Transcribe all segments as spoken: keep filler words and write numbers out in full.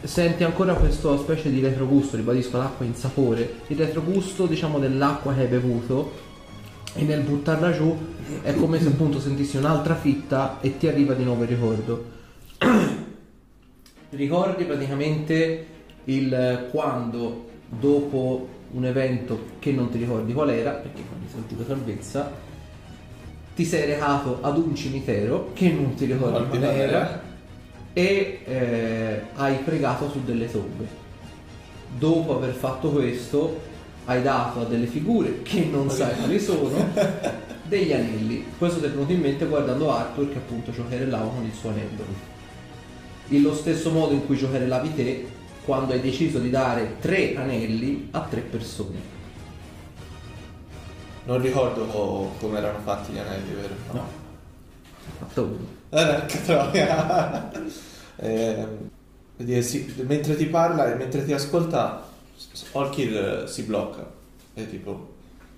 senti ancora questo specie di retrogusto, ribadisco, l'acqua in sapore, il retrogusto diciamo dell'acqua che hai bevuto, e nel buttarla giù è come se appunto sentissi un'altra fitta e ti arriva di nuovo il ricordo. Ricordi praticamente il quando dopo un evento che non ti ricordi qual era, perché quando hai sentito salvezza ti sei recato ad un cimitero che non ti ricordi qual era e eh, hai pregato su delle tombe. Dopo aver fatto questo hai dato a delle figure che non sai quali sono degli anelli. Questo ti è venuto in mente guardando Arthur che appunto giocherellava con il suo anello, in lo stesso modo in cui giocherellavi te quando hai deciso di dare tre anelli a tre persone. Non ricordo co- come erano fatti gli anelli, vero? No, ho fatto uno. Eh, porca troia. eh, vedi, sì, mentre ti parla e mentre ti ascolta, Olkir si blocca. È tipo...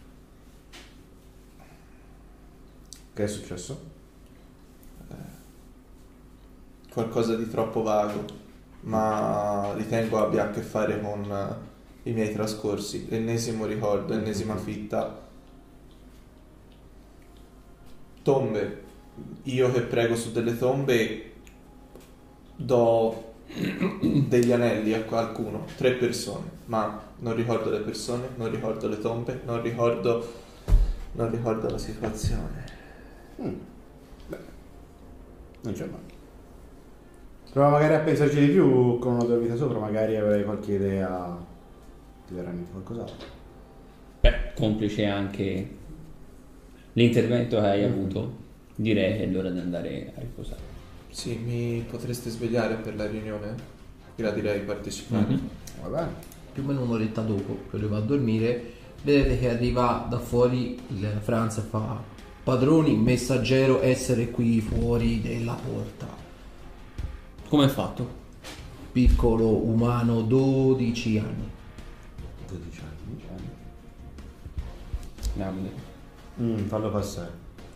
Che è successo? Eh, qualcosa di troppo vago, ma ritengo abbia a che fare con uh, i miei trascorsi. L'ennesimo ricordo, ennesima fitta. Tombe. Io che prego su delle tombe do degli anelli a qualcuno, tre persone, ma non ricordo le persone, non ricordo le tombe, non ricordo non ricordo la situazione. Mm. Beh, non c'è male. Prova magari a pensarci di più con una tua vita sopra, magari avrai qualche idea di veramente qualcos'altro. Beh, complice anche l'intervento che hai avuto, direi che è l'ora di andare a riposare. Sì, mi potreste svegliare per la riunione? Gradirei partecipare. Mm-hmm. Va bene. Più o meno un'oretta dopo che lui va a dormire, vedete che arriva da fuori il Franz e fa: padroni, messaggero essere qui fuori della porta. Come è fatto? Piccolo umano, dodici anni. dodici anni. Andiamo a vedere. Mm, fallo passare.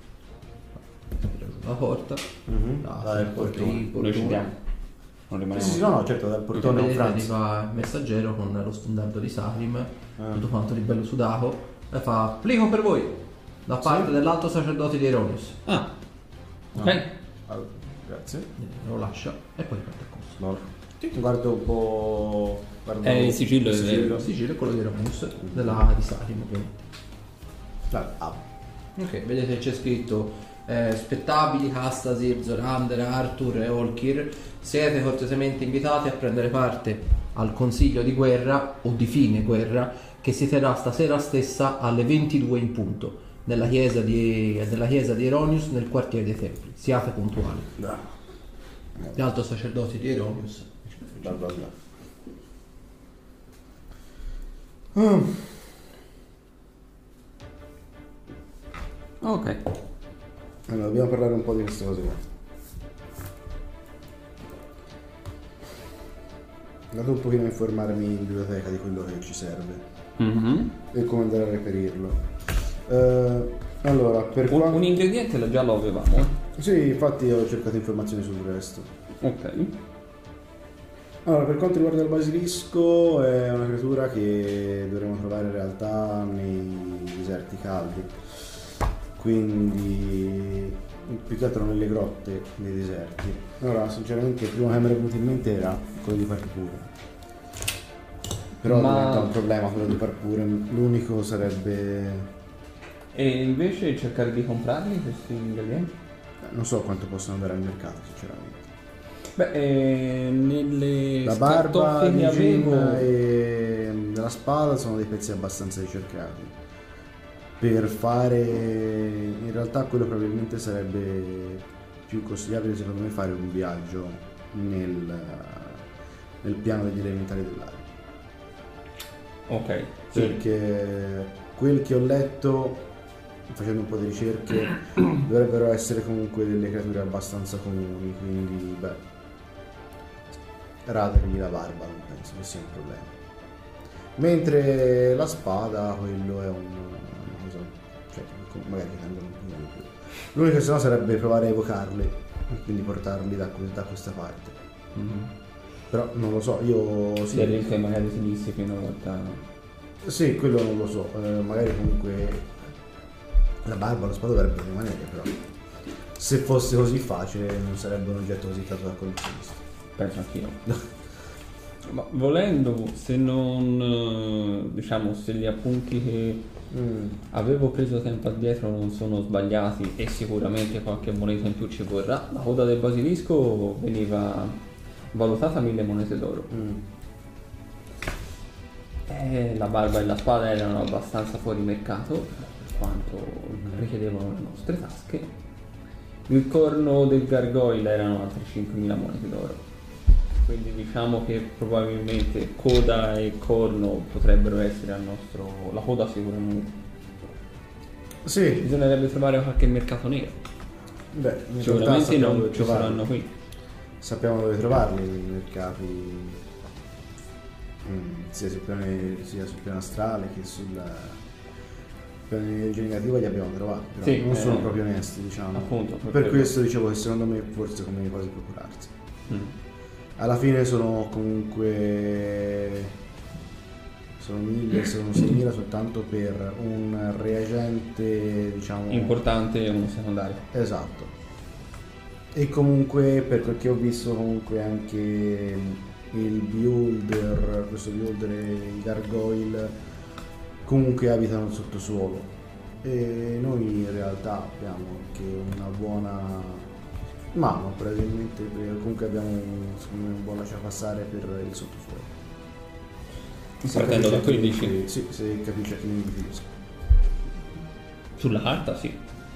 La porta, Mhm. da- Dai, il il portone. il Noi portone. ci andiamo. Non rimaniamo. Sì, sì, no, no, certo, dal portone un Vedete, Franz. arriva il messaggero con lo standardo di Sarim, Ah. tutto quanto di bello sudato, e fa: plico per voi, da parte Sì. dell'alto sacerdote di Eronius. Ah, ok. No. Ah, grazie. Lo lascia e poi parte a corso. No. Guardo un po'. Guardo È il sigillo, il è- sigillo. Il sigillo è quello di Eronius, della, di Sarim. quindi. Ah, ah. Ok, vedete che c'è scritto eh, spettabili, Castasir, Zorander, Arthur e Olkir, siete cortesemente invitati a prendere parte al consiglio di guerra o di fine guerra che si terrà stasera stessa alle ventidue in punto nella chiesa di, nella chiesa di Eronius nel quartiere dei Templi. Siate puntuali. No. Gli alto sacerdoti di Eronius. Bla bla bla. Mm. Ok. Allora, dobbiamo parlare un po' di queste cose qua. Andate un pochino a informarmi in biblioteca di quello che ci serve Mhm. e come andare a reperirlo. Eh, allora, per Un, quanto... un ingrediente lo- già lo avevamo. Sì, infatti ho cercato informazioni sul resto. Ok. Allora, per quanto riguarda il basilisco, è una creatura che dovremo trovare in realtà nei deserti caldi. Quindi più che altro nelle grotte dei deserti. Allora, sinceramente il primo che mi era venuto in mente era quello di Parpure. Però Ma- diventa un problema quello di Parpure. L'unico sarebbe... E invece cercare di comprarli questi ingredienti? non so quanto possono andare al mercato, sinceramente. Beh, eh, nelle La barba scartoffie di che Jin avevo... e della spada sono dei pezzi abbastanza ricercati. Per fare, in realtà quello probabilmente sarebbe più consigliabile secondo me fare un viaggio nel, nel piano degli elementari dell'aria, Ok, sì. perché quel che ho letto facendo un po' di ricerche dovrebbero essere comunque delle creature abbastanza comuni, quindi beh, radergli la barba non penso che sia un problema, mentre la spada quello è un cioè, magari tengono un po' di più. L'unica che se no sarebbe provare a evocarli, quindi portarli da, da questa parte. Mhm. Però non lo so, io Sì. sì. Del link che magari si disse fino una volta. Sì, quello non lo so, eh, magari comunque la barba, lo spada dovrebbe rimanere, però se fosse così facile non sarebbe un oggetto così tanto da collezionista. Penso anch'io. Ma volendo, se non eh, diciamo se gli appunti che Mm. avevo preso tempo addietro non sono sbagliati e sicuramente qualche moneta in più ci vorrà, la coda del basilisco veniva valutata a mille monete d'oro. Mm. E la barba e la spada erano abbastanza fuori mercato per quanto richiedevano le nostre tasche. Il corno del gargoyle erano altre cinquemila monete d'oro. Quindi diciamo che probabilmente coda e corno potrebbero essere al nostro... la coda sicuramente. Sì, Bisognerebbe trovare qualche mercato nero. beh, in realtà Sicuramente sappiamo non dove ci trovarli. saranno qui. Sappiamo dove trovarli i mercati, mm, sia sul piano, sia sul piano astrale che sul piano di energia negativa li abbiamo trovati, però Sì, non eh, sono proprio onesti, diciamo. appunto, per per quello. questo dicevo che secondo me forse come quasi procurarsi. Mm. Alla fine sono comunque sono mille, sono seimila soltanto per un reagente, diciamo, Importante e uno secondario. esatto. E comunque per quel che ho visto comunque anche il beholder, questo beholder e il gargoyle comunque abitano il sottosuolo e noi in realtà abbiamo anche una buona mano probabilmente, perché comunque abbiamo un, secondo me, un buon lascia passare per il sottosuolo. Se Partendo da capisci qui a chi- dici? Sì, se capisci a chi mi riferisco. Sulla carta sì.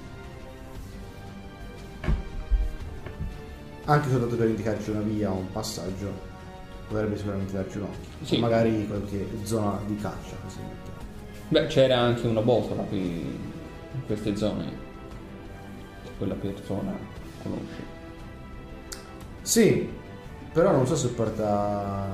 Anche soltanto per indicarci una via o un passaggio potrebbe sicuramente darci un occhio. Sì. Magari qualche zona di caccia così. Beh, c'era anche una botola qui in queste zone che quella persona conosce. Sì, però non so se porta.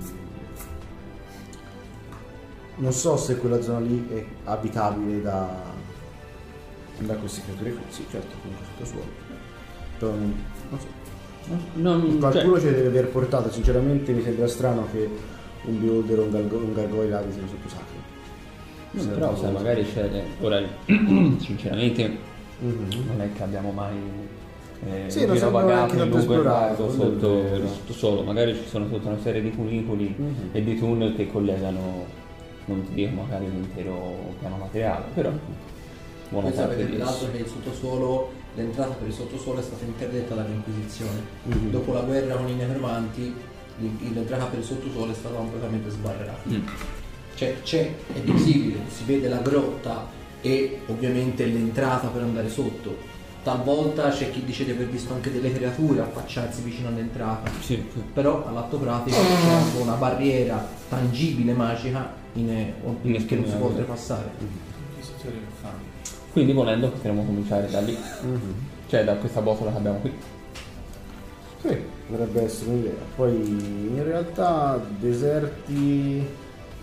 Non so se quella zona lì è abitabile da. da queste creature qui. Sì, certo, comunque sottosuolo. Però non, non so. Non, Qualcuno cioè, ce le deve aver portato, sinceramente mi sembra strano che un beholder o un, gargo- un gargoyle abitino sotto sacro. no, Sembra però una sai, cosa- magari c'è... Ora, sinceramente, Mhm. non è che abbiamo mai eh, Sì, non siamo girovagato neanche in tanto lungo e esplorati, largo quello è sotto vero. il sottosuolo. Magari ci sono tutta una serie di cunicoli Mhm. e di tunnel che collegano, non ti dico magari l'intero piano materiale, però buona Poi parte sapete di peraltro esso. che il sottosuolo, l'entrata per il sottosuolo è stata interdetta dall'Inquisizione. Mhm. Dopo la guerra con i Nefermanti, l'in- l'entrata per il sottosuolo è stata completamente sbarrata. Mm. Cioè c'è, è visibile, si vede la grotta e ovviamente l'entrata per andare sotto. Talvolta c'è chi dice di aver visto anche delle creature affacciarsi vicino all'entrata. Sì. Però all'atto pratico c'è anche una barriera tangibile, magica, in, in, che non si può oltrepassare. Inquisitori infami. Quindi volendo potremmo cominciare da lì, Mhm. cioè da questa botola che abbiamo qui. Sì, potrebbe essere un'idea. Poi in realtà deserti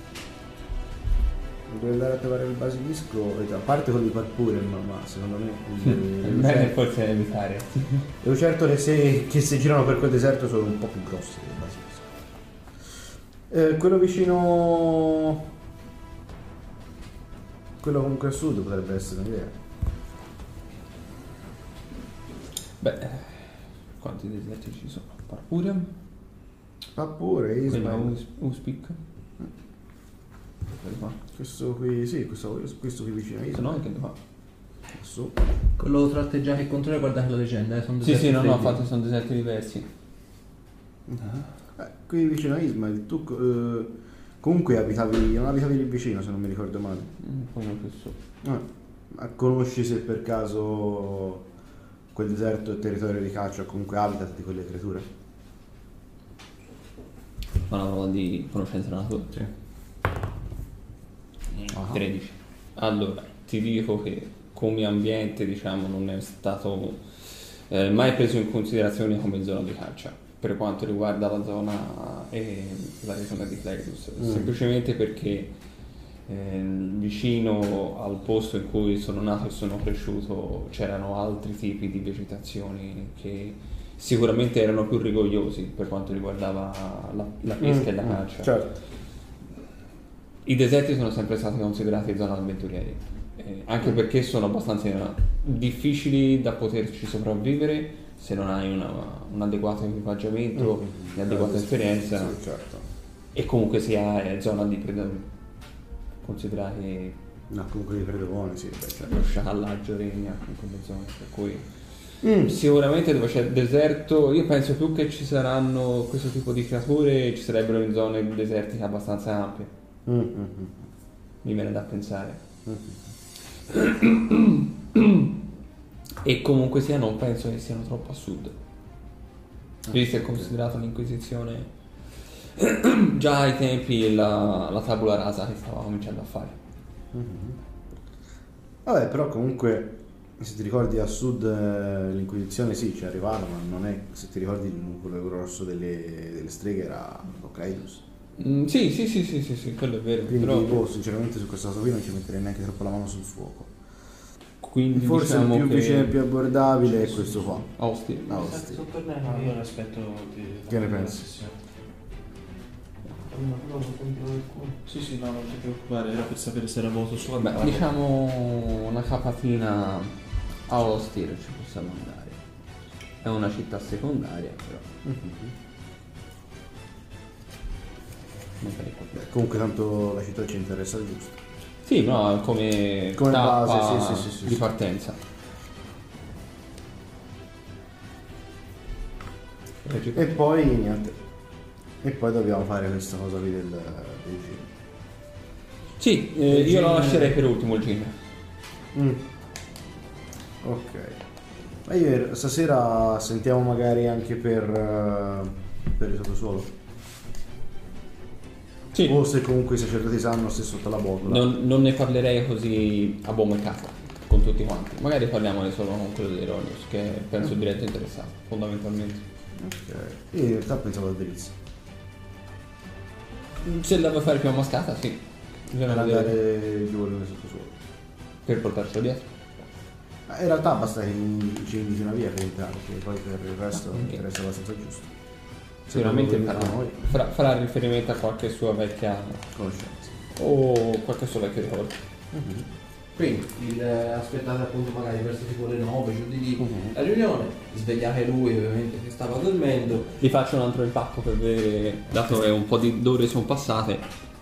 dove andare a trovare il basilisco, a parte quelli di Parpurem, ma secondo me È le, bene le, forse evitare. le certo che se, che se girano per quel deserto sono un po' più grossi del basilisco. Eh, quello vicino, quello comunque a sud potrebbe essere un'idea. Beh, quanti deserti ci sono? Parpurem, Ma pure quello Ismail. Us- Uspic. Quello qua. Questo qui, sì, questo, questo qui vicino a Se no Ismail. anche qua. Su. Quello tratteggiato che controlla, guardate la leggenda, eh, sono Sì, sì, no, no, freddi. infatti sono deserti diversi. Eh, qui vicino a Ismail, tu eh, comunque abitavi, non abitavi lì vicino se non mi ricordo male. Mm, Comunque so. Eh, ma conosci se per caso quel deserto è territorio di caccia o comunque habitat di quelle creature? Fa una prova di conoscenza della natura. Sì. Ah. tredici. Allora, ti dico che come ambiente, diciamo, non è stato eh, mai preso in considerazione come zona di caccia per quanto riguarda la zona e la regione di Cleidus, Mm. semplicemente perché eh, vicino al posto in cui sono nato e sono cresciuto c'erano altri tipi di vegetazioni che sicuramente erano più rigogliosi per quanto riguardava la, la pesca mm, e la caccia. Certo. I deserti sono sempre stati considerati zone avventuriere, eh, anche perché sono abbastanza difficili da poterci sopravvivere se non hai una, un adeguato equipaggiamento, mm-hmm. un'adeguata esperienza, sì, certo. E comunque sia è zona di predoni considerati. No, comunque di predoni, sì, beh, certo. Lo sciacallaggio regna in quelle zone, per cui mm. sicuramente dove c'è deserto, io penso più che ci saranno questo tipo di creature, ci sarebbero in zone desertiche abbastanza ampie. Mm-hmm. Mi viene da pensare. Mm-hmm. E comunque sia non penso che siano troppo a sud, visto che è considerato l'Inquisizione già ai tempi la, la tabula rasa che stava cominciando a fare. Mm-hmm. Vabbè, però comunque se ti ricordi a sud eh, l'Inquisizione sì ci è arrivata, ma non è, se ti ricordi il nucleo grosso delle, delle streghe era Ocleidus. Mm, sì, sì, sì, sì, sì, sì, quello è vero. Quindi però... boh, sinceramente su questa cosa qui non ci metterei neanche troppo la mano sul fuoco. Quindi forse diciamo il più che... vicino e più abbordabile è questo qua. Ostia. Ah, Ostia. Io l'aspetto di... Che ne pensi? Sì, sì, no, non ti preoccupare, era per sapere se era voto su. Beh, diciamo una capatina a Ostia ci possiamo andare. È una città secondaria, però. Mm-hmm. Non sarei qua. Beh, comunque tanto la città ci interessa giusto. Sì, no, come, come tappa base, sì, sì, sì, di sì. partenza. E poi niente. E poi dobbiamo fare questa cosa qui del, del gin. Sì, eh, io gin... lo lascerei per ultimo il gin. Mm. Ok. Ma io stasera sentiamo magari anche per, uh, per il sottosuolo. Sì. O se comunque i sacerdoti sanno se sotto la botola. Non, non ne parlerei così a buon mercato con tutti quanti. Magari parliamone solo con quello dei Ronius, che penso Mm. diretto interessato, fondamentalmente. Ok. Io in realtà pensavo a Delizia. Se la vuoi fare più ammascata, sì. Bisogna Per vedere andare giù nel sottosuolo. per portarcelo dietro. Ma in realtà basta che mi ci indichi una via per entrare, perché poi per il resto mi Ok. interessa abbastanza giusto. Sicuramente Secondo farà, noi farà, farà riferimento a qualche sua vecchia conoscenza. o qualche suo vecchio ricordo. Mm-hmm. Quindi il, eh, aspettate appunto magari verso tipo le nove, giù di lì, Mhm. la riunione, svegliate lui ovviamente che stava dormendo. Vi faccio un altro impacco per vedere, dato che un po' di ore sono passate.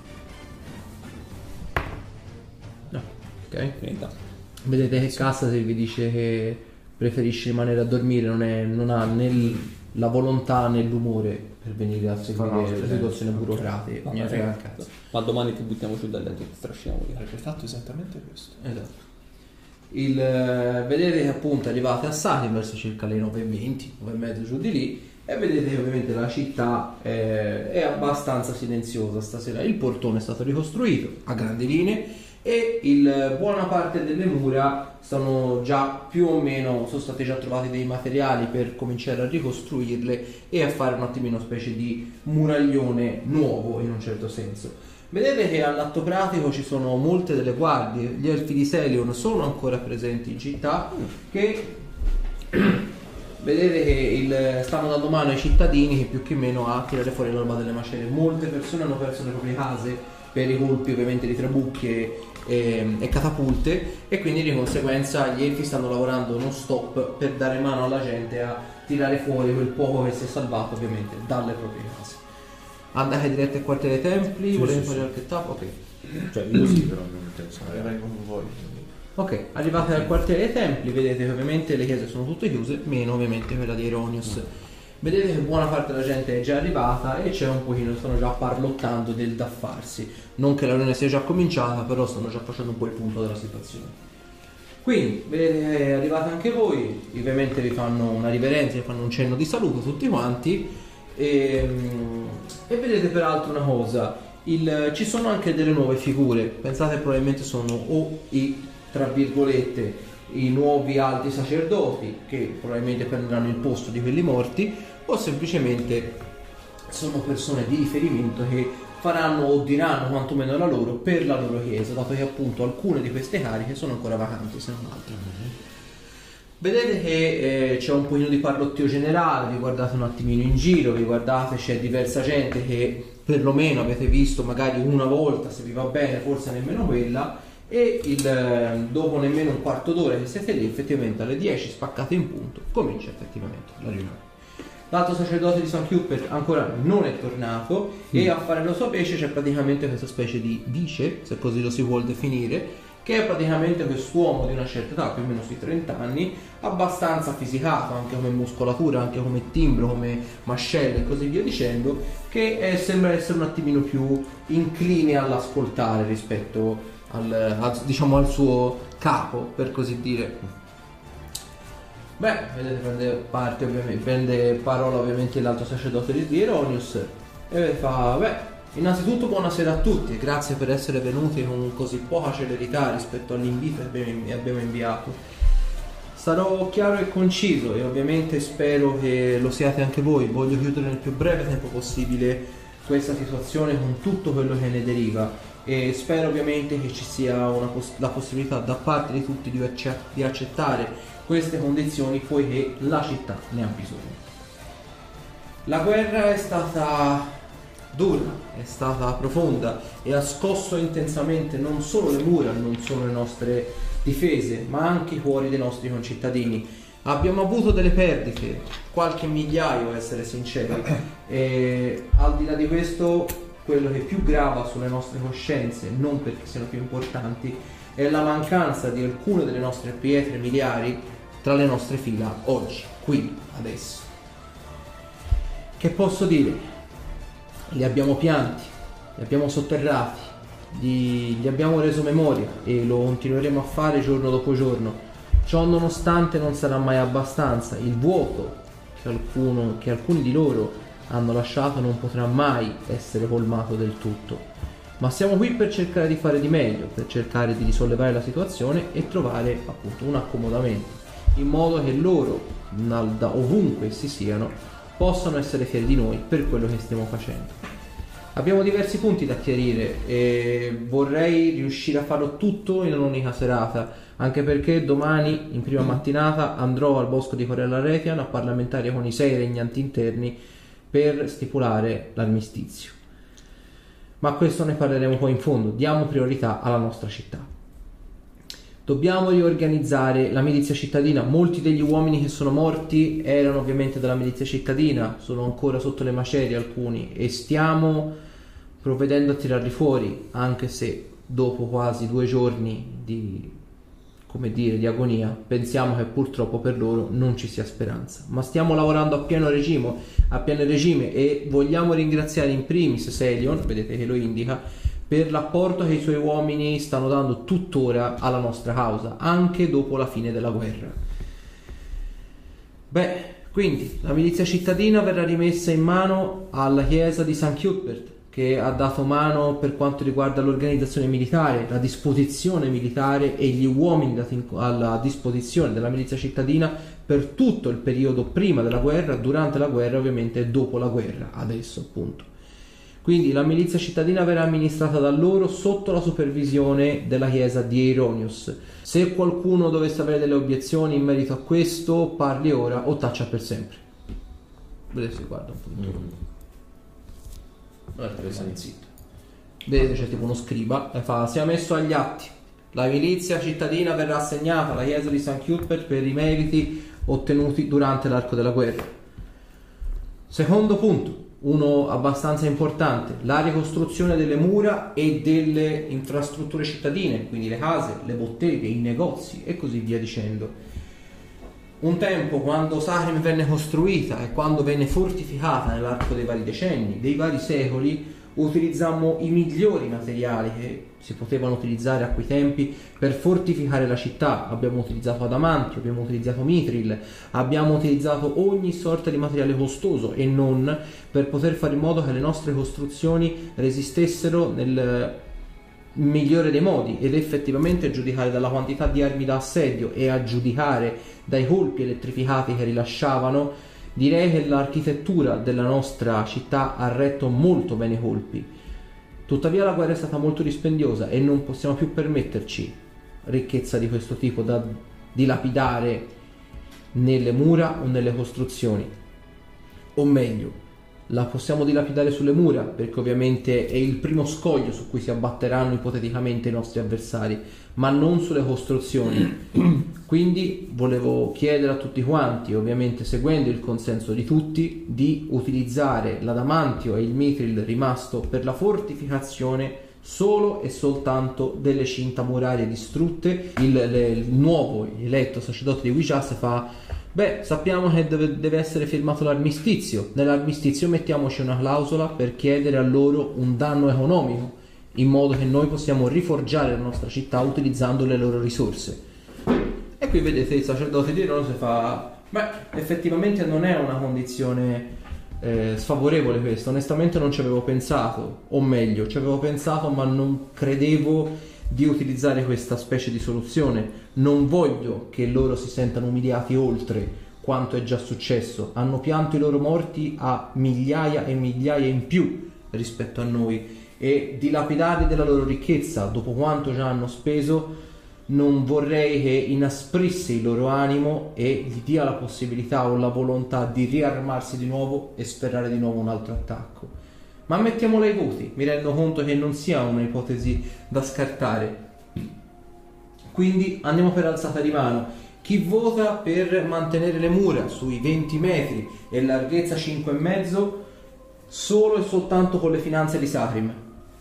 No, ok. Finita. Vedete che Cassa se vi dice che preferisce rimanere a dormire, non, è, non ha né la volontà né l'umore per venire a Fa seguire una le cosa situazioni diversa. burocratiche. No, Non eh, frega un cazzo. Ma domani ti buttiamo giù dal letto e ti strasciamo via. Avrebbe fatto esattamente questo. Esatto. Il, eh, vedete che appunto arrivate a Sati verso circa le nove e venti, nove e mezzo giù di lì, e vedete che ovviamente la città eh, è abbastanza silenziosa stasera. Il portone è stato ricostruito a grandi linee e il, buona parte delle mura sono già più o meno, sono stati già trovati dei materiali per cominciare a ricostruirle e a fare un attimino specie di muraglione nuovo in un certo senso. Vedete che all'atto pratico ci sono molte delle guardie, gli elfi di Selion sono ancora presenti in città, che vedete che il, stanno dando mano ai cittadini che più che meno a tirare fuori l'alba delle macerie. Molte persone hanno perso le proprie case per i colpi ovviamente di trabucchi e, e, e catapulte, e quindi di conseguenza gli elfi stanno lavorando non stop per dare mano alla gente a tirare fuori quel poco che si è salvato ovviamente dalle proprie case. Andate diretti al quartiere Templi, Sì, volete sì, fare sì. qualche tappo? Ok. Cioè io sì, però non mi interessa. Avrei come voi. Ok, arrivate al quartiere dei Templi, vedete che ovviamente le chiese sono tutte chiuse, meno ovviamente quella di Eronius. Vedete che buona parte della gente è già arrivata e c'è un pochino, stanno già parlottando del da farsi. Non che la riunione sia già cominciata, però stanno già facendo un po' il punto della situazione. Quindi, vedete che arrivate anche voi, ovviamente vi fanno una riverenza, vi fanno un cenno di saluto tutti quanti. E, e vedete peraltro una cosa, il, ci sono anche delle nuove figure, pensate probabilmente sono o i, tra virgolette, i nuovi alti sacerdoti che probabilmente prenderanno il posto di quelli morti, o semplicemente sono persone di riferimento che faranno o diranno quantomeno la loro per la loro chiesa, dato che appunto alcune di queste cariche sono ancora vacanti se non altre. Vedete che eh, c'è un pochino di parlottio generale, vi guardate un attimino in giro, vi guardate, c'è diversa gente che perlomeno avete visto magari una volta, se vi va bene, forse nemmeno quella, e il, dopo nemmeno un quarto d'ora che siete lì, effettivamente alle dieci spaccate in punto, comincia effettivamente la riunione. L'altro sacerdote di San Cuthbert ancora non è tornato mm. e a fare la sua pece c'è praticamente questa specie di vice, se così lo si vuol definire, che è praticamente quest'uomo di una certa età, più o meno sui trenta anni, abbastanza fisicato anche come muscolatura, anche come timbro, come mascelle e così via dicendo, che è, sembra essere un attimino più incline all'ascoltare rispetto al, al, diciamo, al suo capo, per così dire. Beh, vedete, prende parte ovviamente, prende parola ovviamente l'altro sacerdote di Eronius e fa, beh, innanzitutto buonasera a tutti e grazie per essere venuti con così poca celerità rispetto all'invito che abbiamo inviato. Sarò chiaro e conciso e ovviamente spero che lo siate anche voi. Voglio chiudere nel più breve tempo possibile questa situazione con tutto quello che ne deriva e spero ovviamente che ci sia una poss- la possibilità da parte di tutti di, accett- di accettare queste condizioni poiché la città ne ha bisogno. La guerra è stata dura, è stata profonda e ha scosso intensamente non solo le mura, non solo le nostre difese, ma anche i cuori dei nostri concittadini. Abbiamo avuto delle perdite, qualche migliaio a essere sinceri, e al di là di questo quello che più grava sulle nostre coscienze, non perché siano più importanti, è la mancanza di alcune delle nostre pietre miliari tra le nostre fila oggi, qui, adesso. Che posso dire? Li abbiamo pianti, li abbiamo sotterrati, gli, gli abbiamo reso memoria e lo continueremo a fare giorno dopo giorno. Ciò nonostante non sarà mai abbastanza. Il vuoto che, alcuno, che alcuni di loro hanno lasciato non potrà mai essere colmato del tutto. Ma siamo qui per cercare di fare di meglio, per cercare di risollevare la situazione e trovare appunto un accomodamento, in modo che loro, da ovunque essi siano, possano essere fieri di noi per quello che stiamo facendo. Abbiamo diversi punti da chiarire e vorrei riuscire a farlo tutto in un'unica serata, anche perché domani in prima mattinata andrò al bosco di Corella Retian a parlamentare con i sei regnanti interni per stipulare l'armistizio. Ma questo ne parleremo poi in fondo. Diamo priorità alla nostra città. Dobbiamo riorganizzare la milizia cittadina. Molti degli uomini che sono morti erano ovviamente della milizia cittadina, sono ancora sotto le macerie alcuni e stiamo provvedendo a tirarli fuori, anche se dopo quasi due giorni di, come dire, di agonia pensiamo che purtroppo per loro non ci sia speranza. Ma stiamo lavorando a pieno regime, a pieno regime e vogliamo ringraziare in primis Selion, vedete che lo indica, per l'apporto che i suoi uomini stanno dando tuttora alla nostra causa, anche dopo la fine della guerra. Beh, quindi la milizia cittadina verrà rimessa in mano alla chiesa di San Cuthbert, che ha dato mano per quanto riguarda l'organizzazione militare, la disposizione militare e gli uomini dati in, alla disposizione della milizia cittadina per tutto il periodo prima della guerra, durante la guerra ovviamente e dopo la guerra, adesso appunto. Quindi la milizia cittadina verrà amministrata da loro sotto la supervisione della chiesa di Eronius. Se qualcuno dovesse avere delle obiezioni in merito a questo, parli ora o taccia per sempre. Vedete se guarda un po'. Mm. Guardate, rimane zitto. Vedete c'è tipo uno scriba e fa: sia messo agli atti. La milizia cittadina verrà assegnata alla chiesa di San Cuthbert per i meriti ottenuti durante l'arco della guerra. Secondo punto, uno abbastanza importante, la ricostruzione delle mura e delle infrastrutture cittadine, quindi le case, le botteghe, i negozi e così via dicendo. Un tempo, quando Saharim venne costruita e quando venne fortificata nell'arco dei vari decenni, dei vari secoli, utilizzammo i migliori materiali che si potevano utilizzare a quei tempi per fortificare la città. Abbiamo utilizzato adamantio, abbiamo utilizzato mitril, abbiamo utilizzato ogni sorta di materiale costoso e non, per poter fare in modo che le nostre costruzioni resistessero nel migliore dei modi. Ed effettivamente, a giudicare dalla quantità di armi da assedio e a giudicare dai colpi elettrificati che rilasciavano, direi che l'architettura della nostra città ha retto molto bene i colpi. Tuttavia la guerra è stata molto dispendiosa e non possiamo più permetterci ricchezza di questo tipo da dilapidare nelle mura o nelle costruzioni, o meglio, la possiamo dilapidare sulle mura, perché ovviamente è il primo scoglio su cui si abbatteranno ipoteticamente i nostri avversari, ma non sulle costruzioni. Quindi volevo chiedere a tutti quanti, ovviamente seguendo il consenso di tutti, di utilizzare l'adamantio e il mithril rimasto per la fortificazione solo e soltanto delle cinta murarie distrutte. Il, le, il nuovo eletto sacerdote di Wijaz fa: beh, sappiamo che deve, deve essere firmato l'armistizio. Nell'armistizio mettiamoci una clausola per chiedere a loro un danno economico, in modo che noi possiamo riforgiare la nostra città utilizzando le loro risorse. E qui vedete il sacerdote di Rose fa: beh, effettivamente non è una condizione eh, sfavorevole questa, onestamente non ci avevo pensato, o meglio, ci avevo pensato ma non credevo di utilizzare questa specie di soluzione. Non voglio che loro si sentano umiliati oltre quanto è già successo. Hanno pianto i loro morti a migliaia e migliaia in più rispetto a noi, e dilapidare della loro ricchezza dopo quanto già hanno speso non vorrei che inasprisse il loro animo e gli dia la possibilità o la volontà di riarmarsi di nuovo e sferrare di nuovo un altro attacco. Ma mettiamola ai voti, mi rendo conto che non sia un'ipotesi da scartare. Quindi andiamo per alzata di mano. Chi vota per mantenere le mura sui venti metri e larghezza cinque e mezzo solo e soltanto con le finanze di Sarim?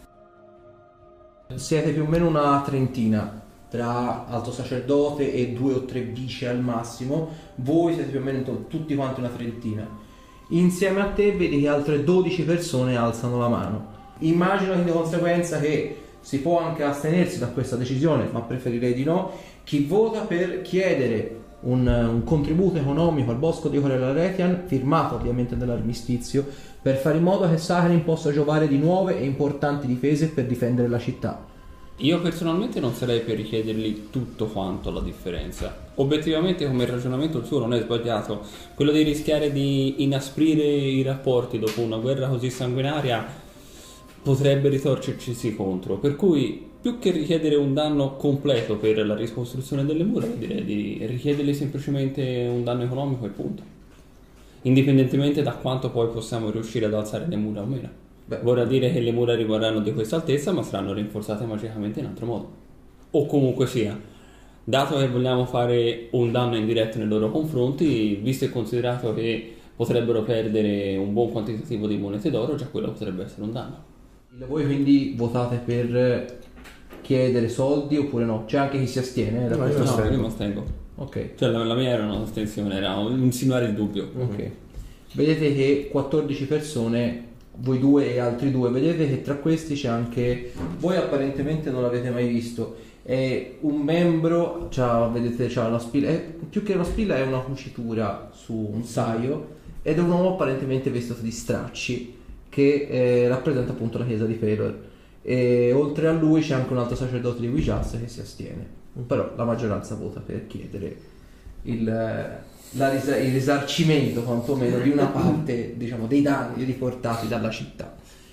Siete più o meno una trentina, tra alto sacerdote e due o tre vice al massimo. Voi siete più o meno tutti quanti una trentina. Insieme a te vedi che altre dodici persone alzano la mano. Immagino di conseguenza che si può anche astenersi da questa decisione, ma preferirei di no. Chi vota per chiedere un, un contributo economico al bosco di Corella Retian, firmato ovviamente nell'armistizio, per fare in modo che Saharin possa giovare di nuove e importanti difese per difendere la città. Io personalmente non sarei per richiedergli tutto quanto la differenza. Obiettivamente come ragionamento il suo non è sbagliato. Quello di rischiare di inasprire i rapporti dopo una guerra così sanguinaria potrebbe ritorcerci contro. Per cui più che richiedere un danno completo per la ricostruzione delle mura, direi di richiedergli semplicemente un danno economico e punto. Indipendentemente da quanto poi possiamo riuscire ad alzare le mura o meno. Beh, vorrà dire che le mura rimarranno di questa altezza, ma saranno rinforzate magicamente in altro modo. O comunque sia, dato che vogliamo fare un danno indiretto nei loro confronti, visto e considerato che potrebbero perdere un buon quantitativo di monete d'oro, già quello potrebbe essere un danno. Voi quindi votate per chiedere soldi oppure no? C'è anche chi si astiene? Eh, da no, questo no, no, io mi astengo. Ok. Cioè la, la mia era un'astensione, era un insinuare il dubbio. Ok. Mm-hmm. Vedete che quattordici persone, voi due e altri due, vedete che tra questi c'è anche, voi apparentemente non l'avete mai visto, è un membro, c'ha, vedete c'ha una spilla, è, più che una spilla è una cucitura su un saio, ed è un uomo apparentemente vestito di stracci che eh, rappresenta appunto la chiesa di Pelor, e oltre a lui c'è anche un altro sacerdote di Wijaz che si astiene, però la maggioranza vota per chiedere il, la risa- il risarcimento quantomeno di una parte, diciamo, dei danni riportati dalla città.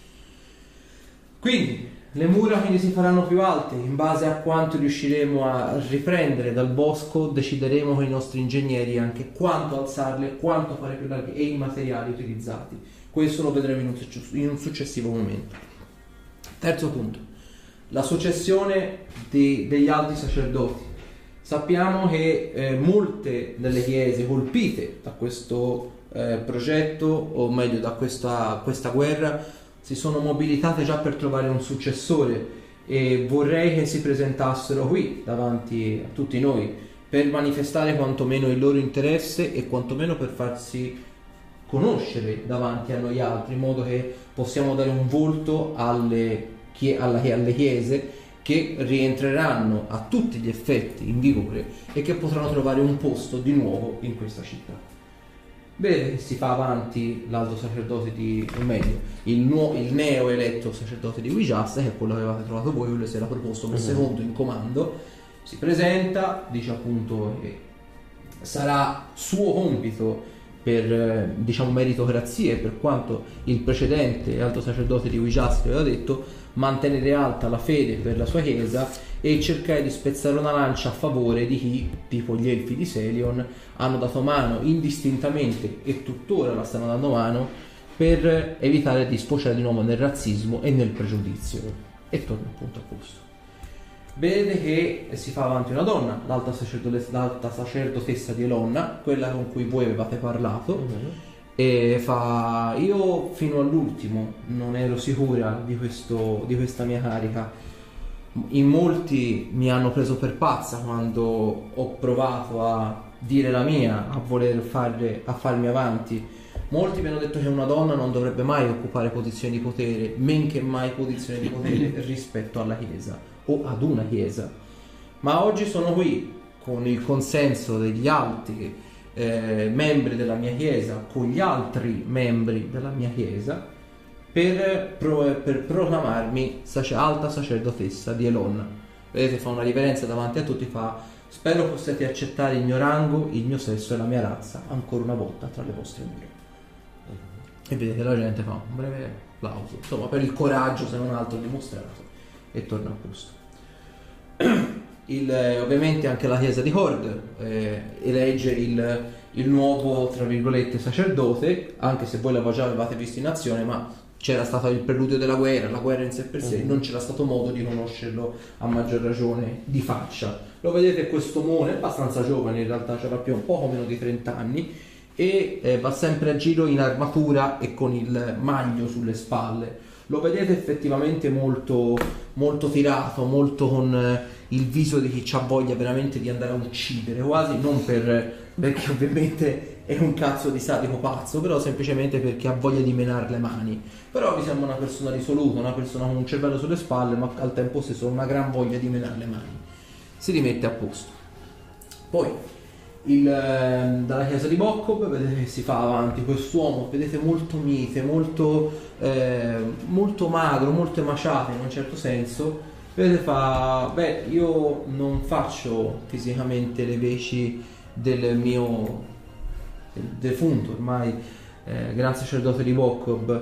Quindi le mura quindi si faranno più alte, in base a quanto riusciremo a riprendere dal bosco decideremo con i nostri ingegneri anche quanto alzarle, quanto fare più larghe e i materiali utilizzati. Questo lo vedremo in un, in un successivo momento. Terzo punto, la successione di, degli alti sacerdoti. Sappiamo che eh, molte delle chiese colpite da questo eh, progetto, o meglio da questa, questa guerra, si sono mobilitate già per trovare un successore, e vorrei che si presentassero qui davanti a tutti noi per manifestare quantomeno il loro interesse e quantomeno per farsi conoscere davanti a noi altri, in modo che possiamo dare un volto alle, chie- alla, alle chiese che rientreranno a tutti gli effetti in vigore e che potranno trovare un posto di nuovo in questa città. Vedete che si fa avanti l'alto sacerdote di, o meglio, il, nuovo, il neo eletto sacerdote di Wijaz, che è quello che avevate trovato voi, quello si era proposto per secondo in comando, si presenta, dice appunto che sarà suo compito per eh, diciamo meritocrazia, e per quanto il precedente alto sacerdote di Wijast aveva detto, mantenere alta la fede per la sua chiesa e cercare di spezzare una lancia a favore di chi, tipo gli elfi di Selion, hanno dato mano indistintamente e tuttora la stanno dando mano per evitare di sfociare di nuovo nel razzismo e nel pregiudizio. E torno appunto a posto. Vedete che si fa avanti una donna, l'alta, sacerdote- l'alta sacerdotessa di Elonna, quella con cui voi avevate parlato, Mhm. e fa: io fino all'ultimo non ero sicura di, questo, di questa mia carica. In molti mi hanno preso per pazza quando ho provato a dire la mia, a voler fare, a farmi avanti. Molti mi hanno detto che una donna non dovrebbe mai occupare posizioni di potere, men che mai posizioni di potere rispetto alla Chiesa o ad una Chiesa. Ma oggi sono qui con il consenso degli altri eh, membri della mia Chiesa, con gli altri membri della mia Chiesa, per, pro- per proclamarmi sace- alta sacerdotessa di Elonna. Vedete, fa una riverenza davanti a tutti, fa: spero possiate accettare il mio rango, il mio sesso e la mia razza ancora una volta tra le vostre mura. E vedete la gente fa un breve applauso, insomma, per il coraggio se non altro dimostrato, e torna a posto. Il, eh, ovviamente anche la chiesa di Hord eh, elegge il, il nuovo, tra virgolette, sacerdote, anche se voi la già avevate visto in azione, ma c'era stato il preludio della guerra, la guerra in sé per sé, non c'era stato modo di conoscerlo a maggior ragione di faccia. Lo vedete, questo mone abbastanza giovane, in realtà c'era più un poco meno di trenta anni, e eh, va sempre a giro in armatura e con il maglio sulle spalle. Lo vedete effettivamente molto, molto tirato, molto con eh, il viso di chi ha voglia veramente di andare a uccidere, quasi non per, perché ovviamente è un cazzo di sadico pazzo, però semplicemente perché ha voglia di menare le mani. Però vi sembra una persona risoluta, una persona con un cervello sulle spalle, ma al tempo stesso una gran voglia di menare le mani. Si rimette a posto. Poi il, eh, dalla chiesa di Bokob vedete che si fa avanti quest'uomo, vedete, molto mite, molto, eh, molto magro, molto emaciato in un certo senso. Vedete, fa: beh, io non faccio fisicamente le veci del mio del defunto ormai eh, gran sacerdote di Bokob,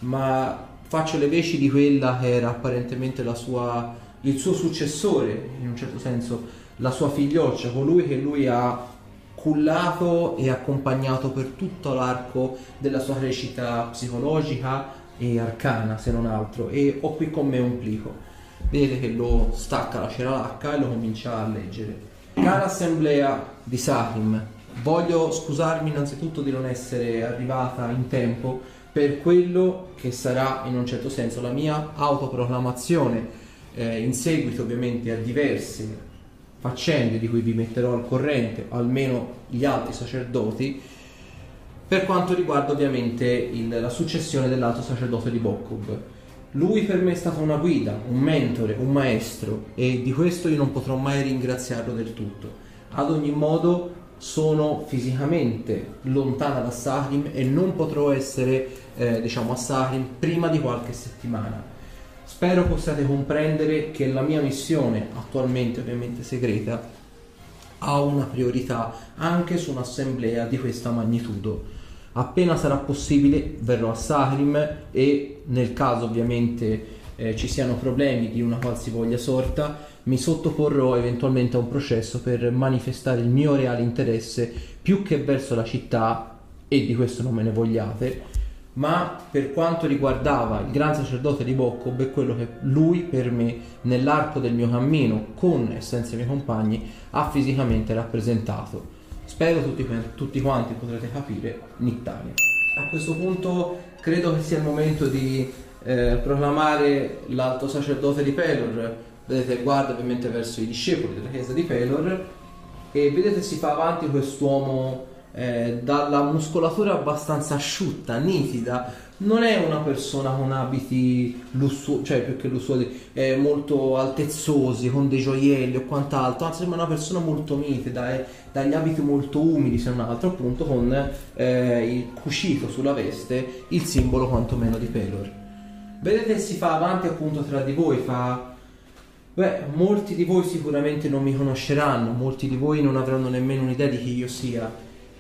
ma faccio le veci di quella che era apparentemente la sua, il suo successore, in un certo senso la sua figlioccia, colui che lui ha cullato e accompagnato per tutto l'arco della sua crescita psicologica e arcana, se non altro. E ho qui con me un plico. Vedete che lo stacca la ceralacca e lo comincia a leggere. Cara assemblea di Sahrim, voglio scusarmi innanzitutto di non essere arrivata in tempo per quello che sarà in un certo senso la mia autoproclamazione, eh, in seguito ovviamente a diverse faccende di cui vi metterò al corrente, almeno gli altri sacerdoti, per quanto riguarda ovviamente il, la successione dell'alto sacerdote di Bokob. Lui per me è stato una guida, un mentore, un maestro, e di questo io non potrò mai ringraziarlo del tutto. Ad ogni modo sono fisicamente lontana da Sahrim e non potrò essere eh, diciamo a Sahrim prima di qualche settimana. Spero possiate comprendere che la mia missione, attualmente ovviamente segreta, ha una priorità anche su un'assemblea di questa magnitudo. Appena sarà possibile verrò a Sahrim e, nel caso ovviamente eh, ci siano problemi di una qualsivoglia sorta, mi sottoporrò eventualmente a un processo per manifestare il mio reale interesse, più che verso la città, e di questo non me ne vogliate, ma per quanto riguardava il gran sacerdote di Bokob e quello che lui per me nell'arco del mio cammino, con e senza i miei compagni, ha fisicamente rappresentato. Spero tutti, tutti quanti potrete capire Nittania. A questo punto credo che sia il momento di eh, proclamare l'alto sacerdote di Pelor. Vedete, guarda ovviamente verso i discepoli della chiesa di Pelor e vedete si fa avanti quest'uomo eh, dalla muscolatura abbastanza asciutta, nitida. Non è una persona con abiti lussuosi, cioè più che lussuosi, eh, molto altezzosi, con dei gioielli o quant'altro, anzi sembra una persona molto mitida, eh, dagli abiti molto umili se non altro, appunto con eh, il cucito sulla veste, il simbolo quantomeno di Pelor. Vedete si fa avanti appunto tra di voi, fa... Beh, molti di voi sicuramente non mi conosceranno, molti di voi non avranno nemmeno un'idea di chi io sia.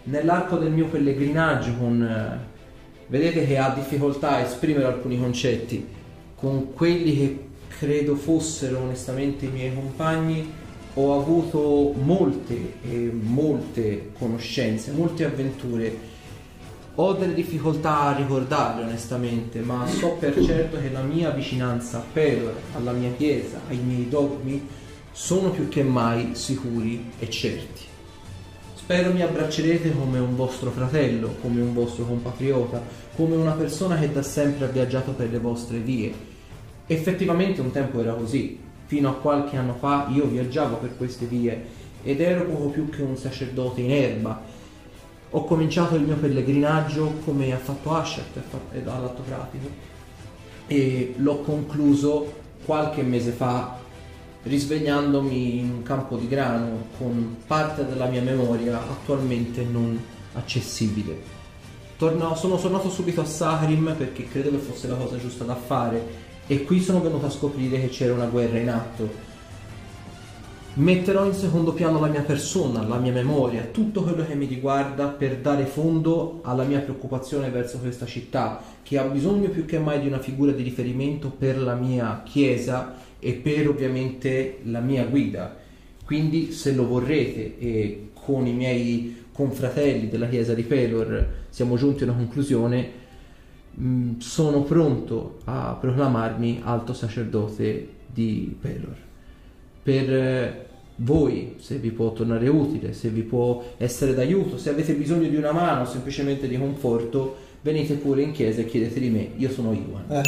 nell'arco del mio pellegrinaggio con eh, vedete che ha difficoltà a esprimere alcuni concetti, con quelli che credo fossero onestamente i miei compagni, ho avuto molte e molte conoscenze, molte avventure. Ho delle difficoltà a ricordarle onestamente, ma so per certo che la mia vicinanza a Pelor, alla mia chiesa, ai miei dogmi, sono più che mai sicuri e certi. Spero mi abbraccerete come un vostro fratello, come un vostro compatriota, come una persona che da sempre ha viaggiato per le vostre vie. Effettivamente un tempo era così. Fino a qualche anno fa io viaggiavo per queste vie ed ero poco più che un sacerdote in erba. Ho cominciato il mio pellegrinaggio come ha fatto Ashet all'atto pratico e l'ho concluso qualche mese fa risvegliandomi in un campo di grano con parte della mia memoria attualmente non accessibile. Torno, sono tornato subito a Saharim perché credo che fosse la cosa giusta da fare e qui sono venuto a scoprire che c'era una guerra in atto. Metterò in secondo piano la mia persona, la mia memoria, tutto quello che mi riguarda per dare fondo alla mia preoccupazione verso questa città che ha bisogno più che mai di una figura di riferimento per la mia chiesa e per ovviamente la mia guida. Quindi se lo vorrete e con i miei confratelli della chiesa di Pelor siamo giunti a una conclusione, mh, sono pronto a proclamarmi alto sacerdote di Pelor. Per voi, se vi può tornare utile, se vi può essere d'aiuto, se avete bisogno di una mano, semplicemente di conforto, venite pure in chiesa e chiedete di me, io sono Iwan. Eh.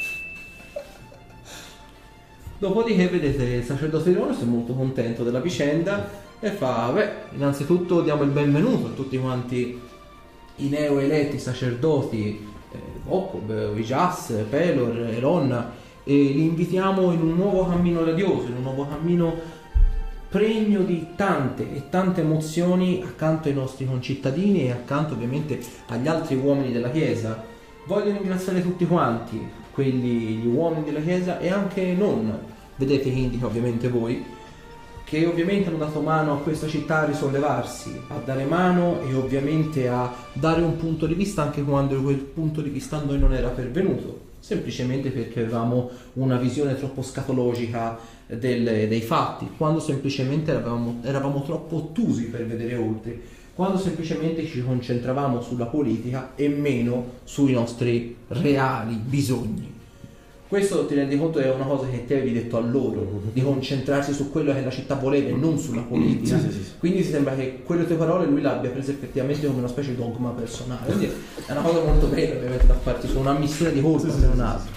Dopodiché vedete il sacerdote Leone è molto contento della vicenda e fa, beh, innanzitutto diamo il benvenuto a tutti quanti i neoeletti sacerdoti, eh, Okob, Vijas, Pelor, Elonna, e li invitiamo in un nuovo cammino radioso, in un nuovo cammino pregno di tante e tante emozioni accanto ai nostri concittadini e accanto ovviamente agli altri uomini della Chiesa. Voglio ringraziare tutti quanti, quelli, gli uomini della Chiesa e anche non, vedete che indica ovviamente voi, che ovviamente hanno dato mano a questa città a risollevarsi, a dare mano e ovviamente a dare un punto di vista anche quando quel punto di vista a noi non era pervenuto, semplicemente perché avevamo una visione troppo scatologica del, dei fatti, quando semplicemente eravamo, eravamo troppo ottusi per vedere oltre, quando semplicemente ci concentravamo sulla politica e meno sui nostri reali bisogni. Questo, ti rendi conto, è una cosa che te avevi detto a loro, di concentrarsi su quello che la città voleva e non sulla politica. Sì, sì, sì. Quindi ti sembra che quelle tue parole lui l'abbia presa effettivamente come una specie di dogma personale. Quindi è una cosa molto bella ovviamente da farti su una missione di colpa, se non altro.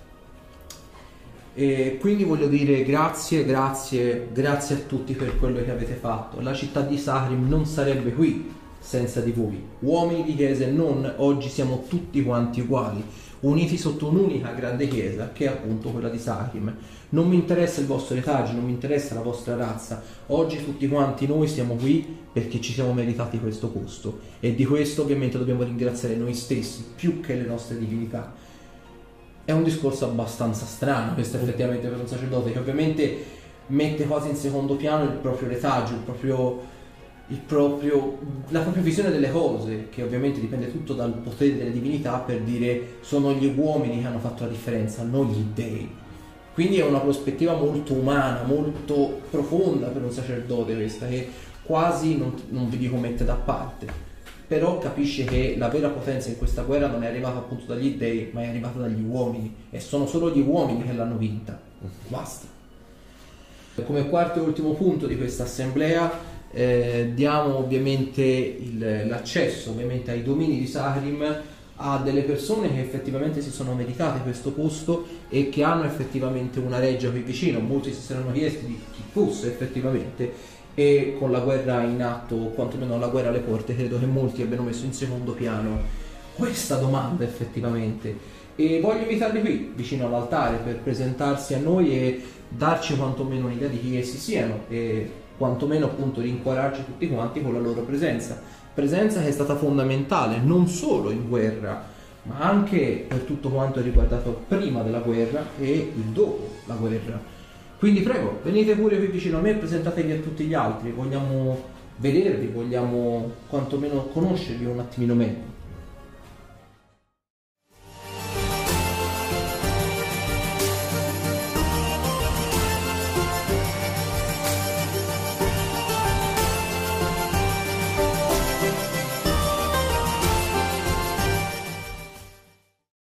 E quindi voglio dire grazie, grazie, grazie a tutti per quello che avete fatto. La città di Saharim non sarebbe qui senza di voi. Uomini di chiesa e non, oggi siamo tutti quanti uguali, uniti sotto un'unica grande chiesa che è appunto quella di Saharim. Non mi interessa il vostro retaggio, non mi interessa la vostra razza, oggi tutti quanti noi siamo qui perché ci siamo meritati questo posto e di questo ovviamente dobbiamo ringraziare noi stessi più che le nostre divinità. È un discorso abbastanza strano questo effettivamente per un sacerdote che ovviamente mette quasi in secondo piano il proprio retaggio, il proprio, il proprio, la propria visione delle cose, che ovviamente dipende tutto dal potere delle divinità, per dire sono gli uomini che hanno fatto la differenza, non gli dei. Quindi è una prospettiva molto umana, molto profonda per un sacerdote questa, che quasi non, non vi dico mette da parte. Però capisce che la vera potenza in questa guerra non è arrivata appunto dagli dei, ma è arrivata dagli uomini, e sono solo gli uomini che l'hanno vinta. Basta. Come quarto e ultimo punto di questa assemblea eh, diamo ovviamente il, l'accesso ovviamente ai domini di Saharim a delle persone che effettivamente si sono meritate questo posto e che hanno effettivamente una reggia qui vicino. Molti si saranno chiesti di chi fosse effettivamente, e con la guerra in atto, o quantomeno la guerra alle porte, credo che molti abbiano messo in secondo piano questa domanda effettivamente, e voglio invitarli qui vicino all'altare per presentarsi a noi e darci quantomeno un'idea di chi essi siano e quantomeno appunto rincuorarci tutti quanti con la loro presenza presenza che è stata fondamentale non solo in guerra ma anche per tutto quanto è riguardato prima della guerra e il dopo la guerra. Quindi prego, venite pure qui vicino a me e presentatevi a tutti gli altri. Vogliamo vedervi, vogliamo quantomeno conoscervi un attimino meglio.